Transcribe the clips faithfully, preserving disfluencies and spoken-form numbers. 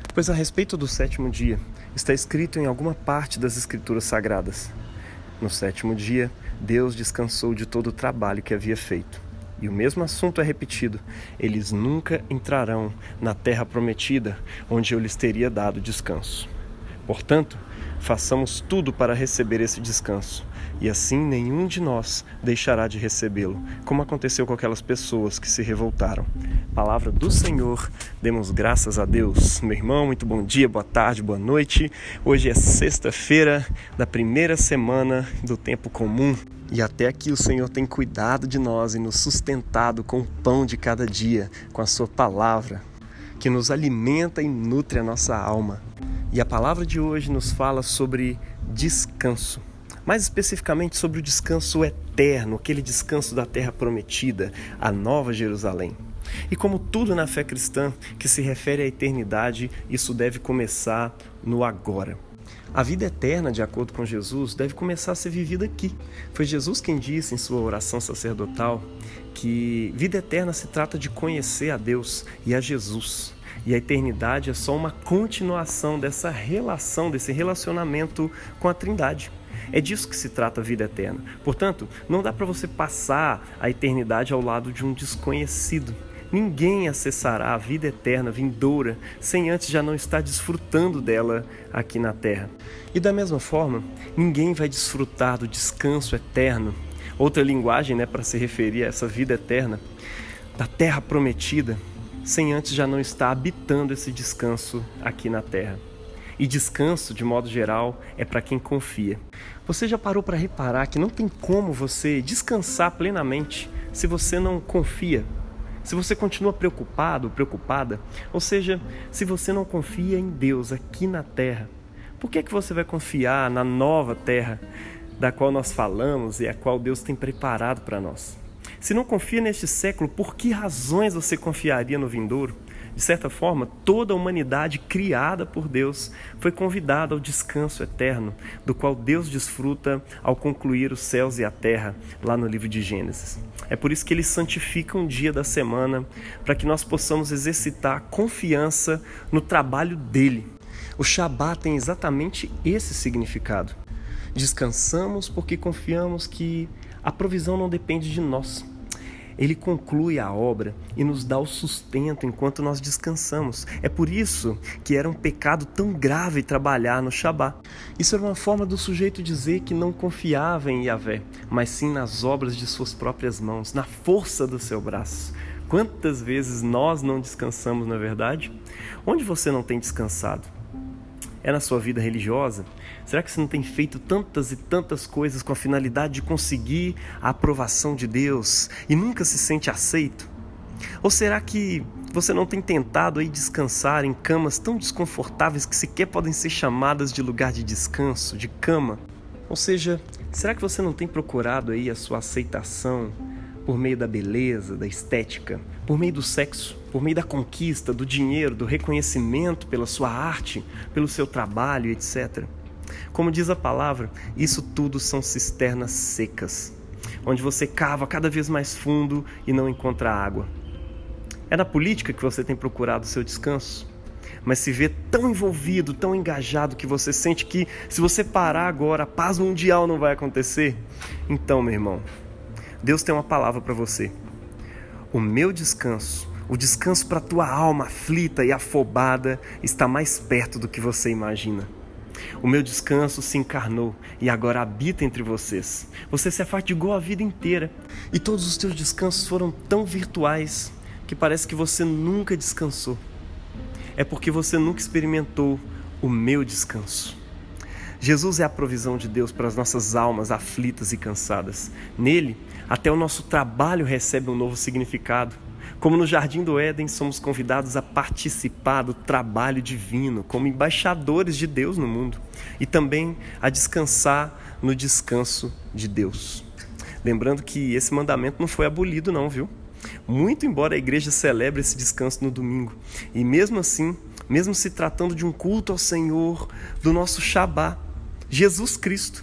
Pois a respeito do sétimo dia, está escrito em alguma parte das Escrituras Sagradas: no sétimo dia, Deus descansou de todo o trabalho que havia feito. E o mesmo assunto é repetido: eles nunca entrarão na terra prometida, onde eu lhes teria dado descanso. Portanto, façamos tudo para receber esse descanso, e assim nenhum de nós deixará de recebê-lo, como aconteceu com aquelas pessoas que se revoltaram. Palavra do Senhor, demos graças a Deus. Meu irmão, muito bom dia, boa tarde, boa noite. Hoje é sexta-feira da primeira semana do tempo comum. E até aqui o Senhor tem cuidado de nós e nos sustentado com o pão de cada dia, com a sua palavra, que nos alimenta e nutre a nossa alma. E a palavra de hoje nos fala sobre descanso, mais especificamente sobre o descanso eterno, aquele descanso da terra prometida, a Nova Jerusalém. E como tudo na fé cristã que se refere à eternidade, isso deve começar no agora. A vida eterna, de acordo com Jesus, deve começar a ser vivida aqui. Foi Jesus quem disse em sua oração sacerdotal que vida eterna se trata de conhecer a Deus e a Jesus. E a eternidade é só uma continuação dessa relação, desse relacionamento com a Trindade. É disso que se trata a vida eterna. Portanto, não dá para você passar a eternidade ao lado de um desconhecido. Ninguém acessará a vida eterna vindoura sem antes já não estar desfrutando dela aqui na terra. E da mesma forma, ninguém vai desfrutar do descanso eterno, outra linguagem, né, para se referir a essa vida eterna, da terra prometida, sem antes já não estar habitando esse descanso aqui na terra. E descanso, de modo geral, é para quem confia. Você já parou para reparar que não tem como você descansar plenamente se você não confia? Se você continua preocupado, preocupada, ou seja, se você não confia em Deus aqui na terra, por que é que você vai confiar na nova terra da qual nós falamos e a qual Deus tem preparado para nós? Se não confia neste século, por que razões você confiaria no vindouro? De certa forma, toda a humanidade criada por Deus foi convidada ao descanso eterno, do qual Deus desfruta ao concluir os céus e a terra, lá no livro de Gênesis. É por isso que Ele santifica um dia da semana, para que nós possamos exercitar a confiança no trabalho dEle. O Shabá tem exatamente esse significado. Descansamos porque confiamos que a provisão não depende de nós. Ele conclui a obra e nos dá o sustento enquanto nós descansamos. É por isso que era um pecado tão grave trabalhar no Shabá. Isso era uma forma do sujeito dizer que não confiava em Yahvé, mas sim nas obras de suas próprias mãos, na força do seu braço. Quantas vezes nós não descansamos, na verdade? Onde você não tem descansado? É na sua vida religiosa? Será que você não tem feito tantas e tantas coisas com a finalidade de conseguir a aprovação de Deus e nunca se sente aceito? Ou será que você não tem tentado aí descansar em camas tão desconfortáveis que sequer podem ser chamadas de lugar de descanso, de cama? Ou seja, será que você não tem procurado aí a sua aceitação por meio da beleza, da estética, por meio do sexo, por meio da conquista, do dinheiro, do reconhecimento pela sua arte, pelo seu trabalho, etcétera? Como diz a palavra, isso tudo são cisternas secas, onde você cava cada vez mais fundo e não encontra água. É na política que você tem procurado o seu descanso, mas se vê tão envolvido, tão engajado, que você sente que se você parar agora, a paz mundial não vai acontecer? Então, meu irmão, Deus tem uma palavra para você. O meu descanso, o descanso para a tua alma aflita e afobada, está mais perto do que você imagina. O meu descanso se encarnou e agora habita entre vocês. Você se afadigou a vida inteira e todos os teus descansos foram tão virtuais que parece que você nunca descansou. É porque você nunca experimentou o meu descanso. Jesus é a provisão de Deus para as nossas almas aflitas e cansadas. Nele, até o nosso trabalho recebe um novo significado. Como no Jardim do Éden, somos convidados a participar do trabalho divino, como embaixadores de Deus no mundo, e também a descansar no descanso de Deus. Lembrando que esse mandamento não foi abolido não, viu? Muito embora a igreja celebre esse descanso no domingo. E mesmo assim, mesmo se tratando de um culto ao Senhor, do nosso Shabá, Jesus Cristo,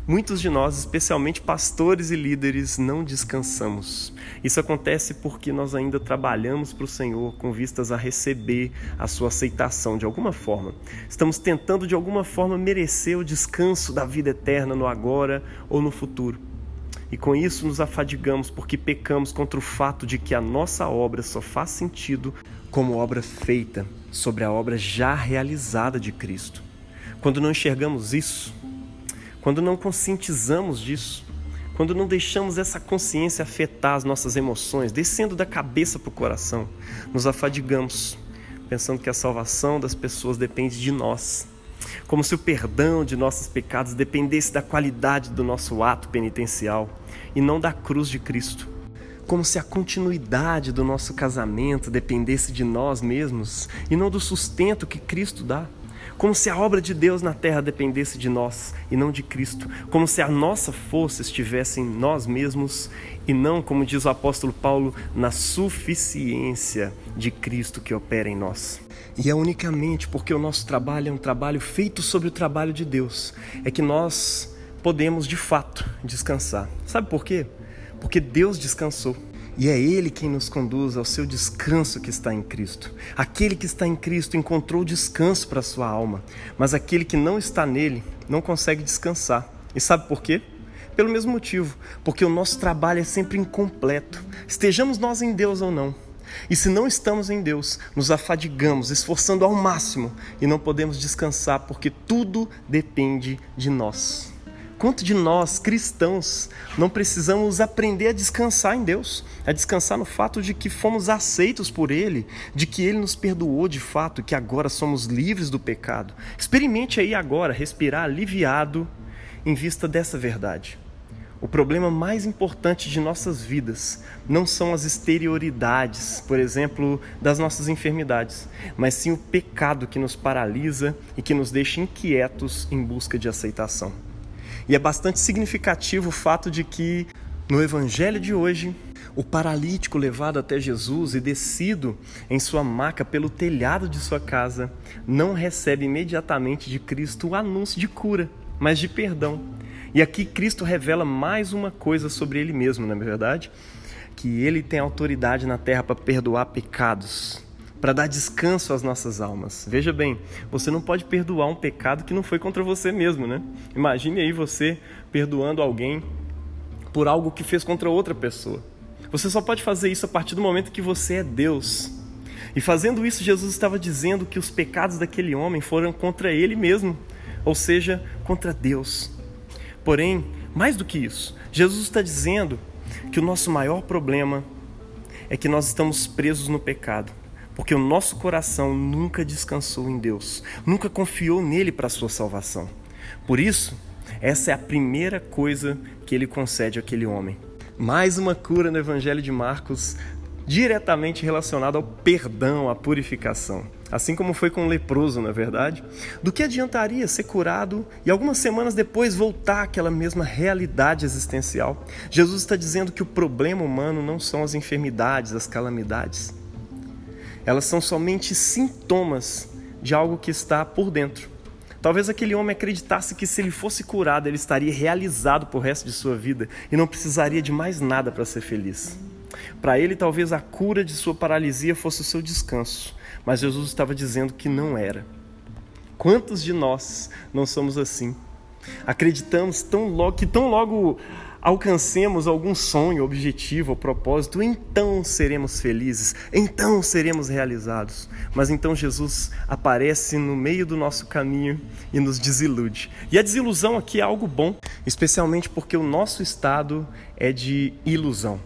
Muitos de nós, especialmente pastores e líderes, não descansamos. Isso acontece porque nós ainda trabalhamos para o Senhor com vistas a receber a sua aceitação de alguma forma. Estamos tentando de alguma forma merecer o descanso da vida eterna no agora ou no futuro. E com isso nos afadigamos porque pecamos contra o fato de que a nossa obra só faz sentido como obra feita sobre a obra já realizada de Cristo. Quando não enxergamos isso, quando não conscientizamos disso, quando não deixamos essa consciência afetar as nossas emoções, descendo da cabeça para o coração, nos afadigamos, pensando que a salvação das pessoas depende de nós, como se o perdão de nossos pecados dependesse da qualidade do nosso ato penitencial e não da cruz de Cristo, como se a continuidade do nosso casamento dependesse de nós mesmos e não do sustento que Cristo dá. Como se a obra de Deus na terra dependesse de nós e não de Cristo. Como se a nossa força estivesse em nós mesmos e não, como diz o apóstolo Paulo, na suficiência de Cristo que opera em nós. E é unicamente porque o nosso trabalho é um trabalho feito sobre o trabalho de Deus, é que nós podemos de fato descansar. Sabe por quê? Porque Deus descansou. E é Ele quem nos conduz ao seu descanso que está em Cristo. Aquele que está em Cristo encontrou descanso para a sua alma, mas aquele que não está nele não consegue descansar. E sabe por quê? Pelo mesmo motivo, porque o nosso trabalho é sempre incompleto, estejamos nós em Deus ou não. E se não estamos em Deus, nos afadigamos, esforçando ao máximo e não podemos descansar porque tudo depende de nós. Quanto de nós, cristãos, não precisamos aprender a descansar em Deus, a descansar no fato de que fomos aceitos por Ele, de que Ele nos perdoou de fato, que agora somos livres do pecado. Experimente aí agora respirar aliviado em vista dessa verdade. O problema mais importante de nossas vidas não são as exterioridades, por exemplo, das nossas enfermidades, mas sim o pecado que nos paralisa e que nos deixa inquietos em busca de aceitação. E é bastante significativo o fato de que, no Evangelho de hoje, o paralítico levado até Jesus e descido em sua maca pelo telhado de sua casa, não recebe imediatamente de Cristo o anúncio de cura, mas de perdão. E aqui Cristo revela mais uma coisa sobre Ele mesmo, não é verdade? Que Ele tem autoridade na terra para perdoar pecados, para dar descanso às nossas almas. Veja bem, você não pode perdoar um pecado que não foi contra você mesmo, né? Imagine aí você perdoando alguém por algo que fez contra outra pessoa. Você só pode fazer isso a partir do momento que você é Deus. E fazendo isso, Jesus estava dizendo que os pecados daquele homem foram contra ele mesmo, ou seja, contra Deus. Porém, mais do que isso, Jesus está dizendo que o nosso maior problema é que nós estamos presos no pecado. Porque o nosso coração nunca descansou em Deus, nunca confiou nele para a sua salvação. Por isso, essa é a primeira coisa que ele concede àquele homem. Mais uma cura no Evangelho de Marcos, diretamente relacionada ao perdão, à purificação. Assim como foi com o leproso, não é verdade? Do que adiantaria ser curado e algumas semanas depois voltar àquela mesma realidade existencial? Jesus está dizendo que o problema humano não são as enfermidades, as calamidades. Elas são somente sintomas de algo que está por dentro. Talvez aquele homem acreditasse que se ele fosse curado, ele estaria realizado por resto de sua vida e não precisaria de mais nada para ser feliz. Para ele, talvez a cura de sua paralisia fosse o seu descanso, mas Jesus estava dizendo que não era. Quantos de nós não somos assim? Acreditamos tão logo, que tão logo alcancemos algum sonho, objetivo ou propósito, então seremos felizes, então seremos realizados. Mas então Jesus aparece no meio do nosso caminho e nos desilude. E a desilusão aqui é algo bom, especialmente porque o nosso estado é de ilusão.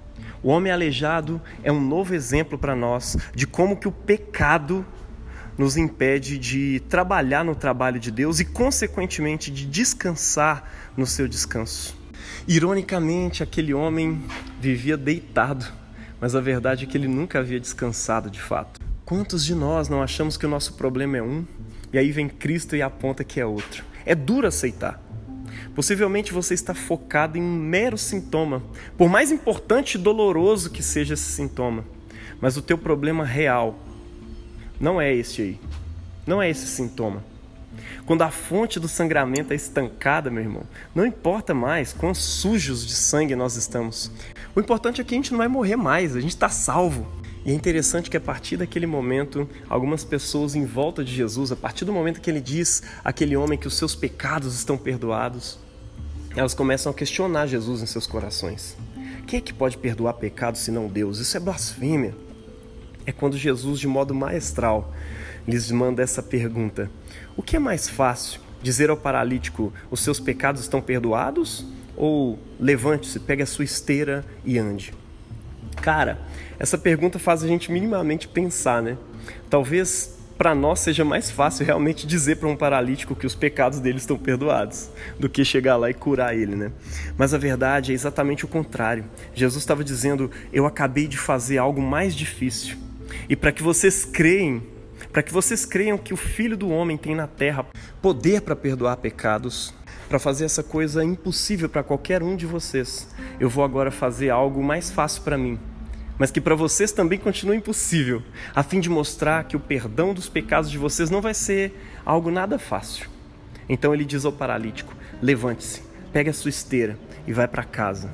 O homem aleijado é um novo exemplo para nós de como que o pecado nos impede de trabalhar no trabalho de Deus e, consequentemente, de descansar no seu descanso. Ironicamente, aquele homem vivia deitado, mas a verdade é que ele nunca havia descansado de fato. Quantos de nós não achamos que o nosso problema é um, e aí vem Cristo e aponta que é outro? É duro aceitar. Possivelmente você está focado em um mero sintoma, por mais importante e doloroso que seja esse sintoma, mas o teu problema real não é esse aí, não é esse sintoma. Quando a fonte do sangramento é estancada, meu irmão, não importa mais quão sujos de sangue nós estamos. O importante é que a gente não vai morrer mais, a gente está salvo. E é interessante que a partir daquele momento, algumas pessoas em volta de Jesus, a partir do momento que ele diz àquele homem que os seus pecados estão perdoados, elas começam a questionar Jesus em seus corações. Quem é que pode perdoar pecados senão Deus? Isso é blasfêmia. É quando Jesus, de modo maestral, lhes manda essa pergunta: o que é mais fácil, dizer ao paralítico, os seus pecados estão perdoados? Ou levante-se, pegue a sua esteira e ande? Cara, essa pergunta faz a gente minimamente pensar, né? Talvez para nós seja mais fácil realmente dizer para um paralítico que os pecados dele estão perdoados, do que chegar lá e curar ele, né? Mas a verdade é exatamente o contrário. Jesus estava dizendo: eu acabei de fazer algo mais difícil. E para que vocês creem, para que vocês creiam que o Filho do Homem tem na terra poder para perdoar pecados, para fazer essa coisa impossível para qualquer um de vocês, eu vou agora fazer algo mais fácil para mim, mas que para vocês também continua impossível, a fim de mostrar que o perdão dos pecados de vocês não vai ser algo nada fácil. Então ele diz ao paralítico: levante-se, pegue a sua esteira e vai para casa.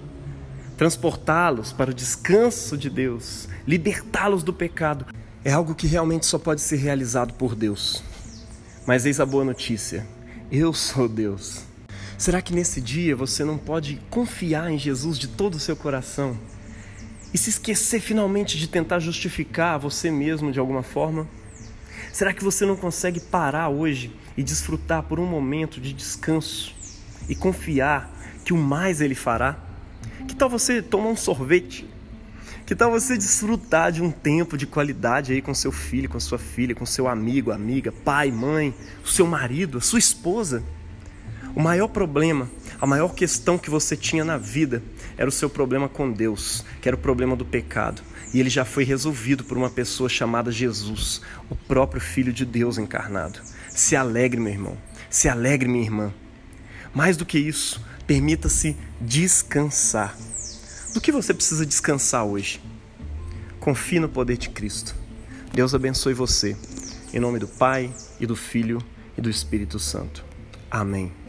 Transportá-los para o descanso de Deus, libertá-los do pecado, é algo que realmente só pode ser realizado por Deus. Mas eis a boa notícia: eu sou Deus. Será que nesse dia você não pode confiar em Jesus de todo o seu coração e se esquecer finalmente de tentar justificar você mesmo de alguma forma? Será que você não consegue parar hoje e desfrutar por um momento de descanso e confiar que o mais Ele fará? Que tal você tomar um sorvete? Que tal você desfrutar de um tempo de qualidade aí com seu filho, com sua filha, com seu amigo, amiga, pai, mãe, o seu marido, a sua esposa? O maior problema, a maior questão que você tinha na vida era o seu problema com Deus, que era o problema do pecado. E ele já foi resolvido por uma pessoa chamada Jesus, o próprio Filho de Deus encarnado. Se alegre, meu irmão. Se alegre, minha irmã. Mais do que isso, permita-se descansar. Do que você precisa descansar hoje? Confie no poder de Cristo. Deus abençoe você. Em nome do Pai, e do Filho, e do Espírito Santo. Amém.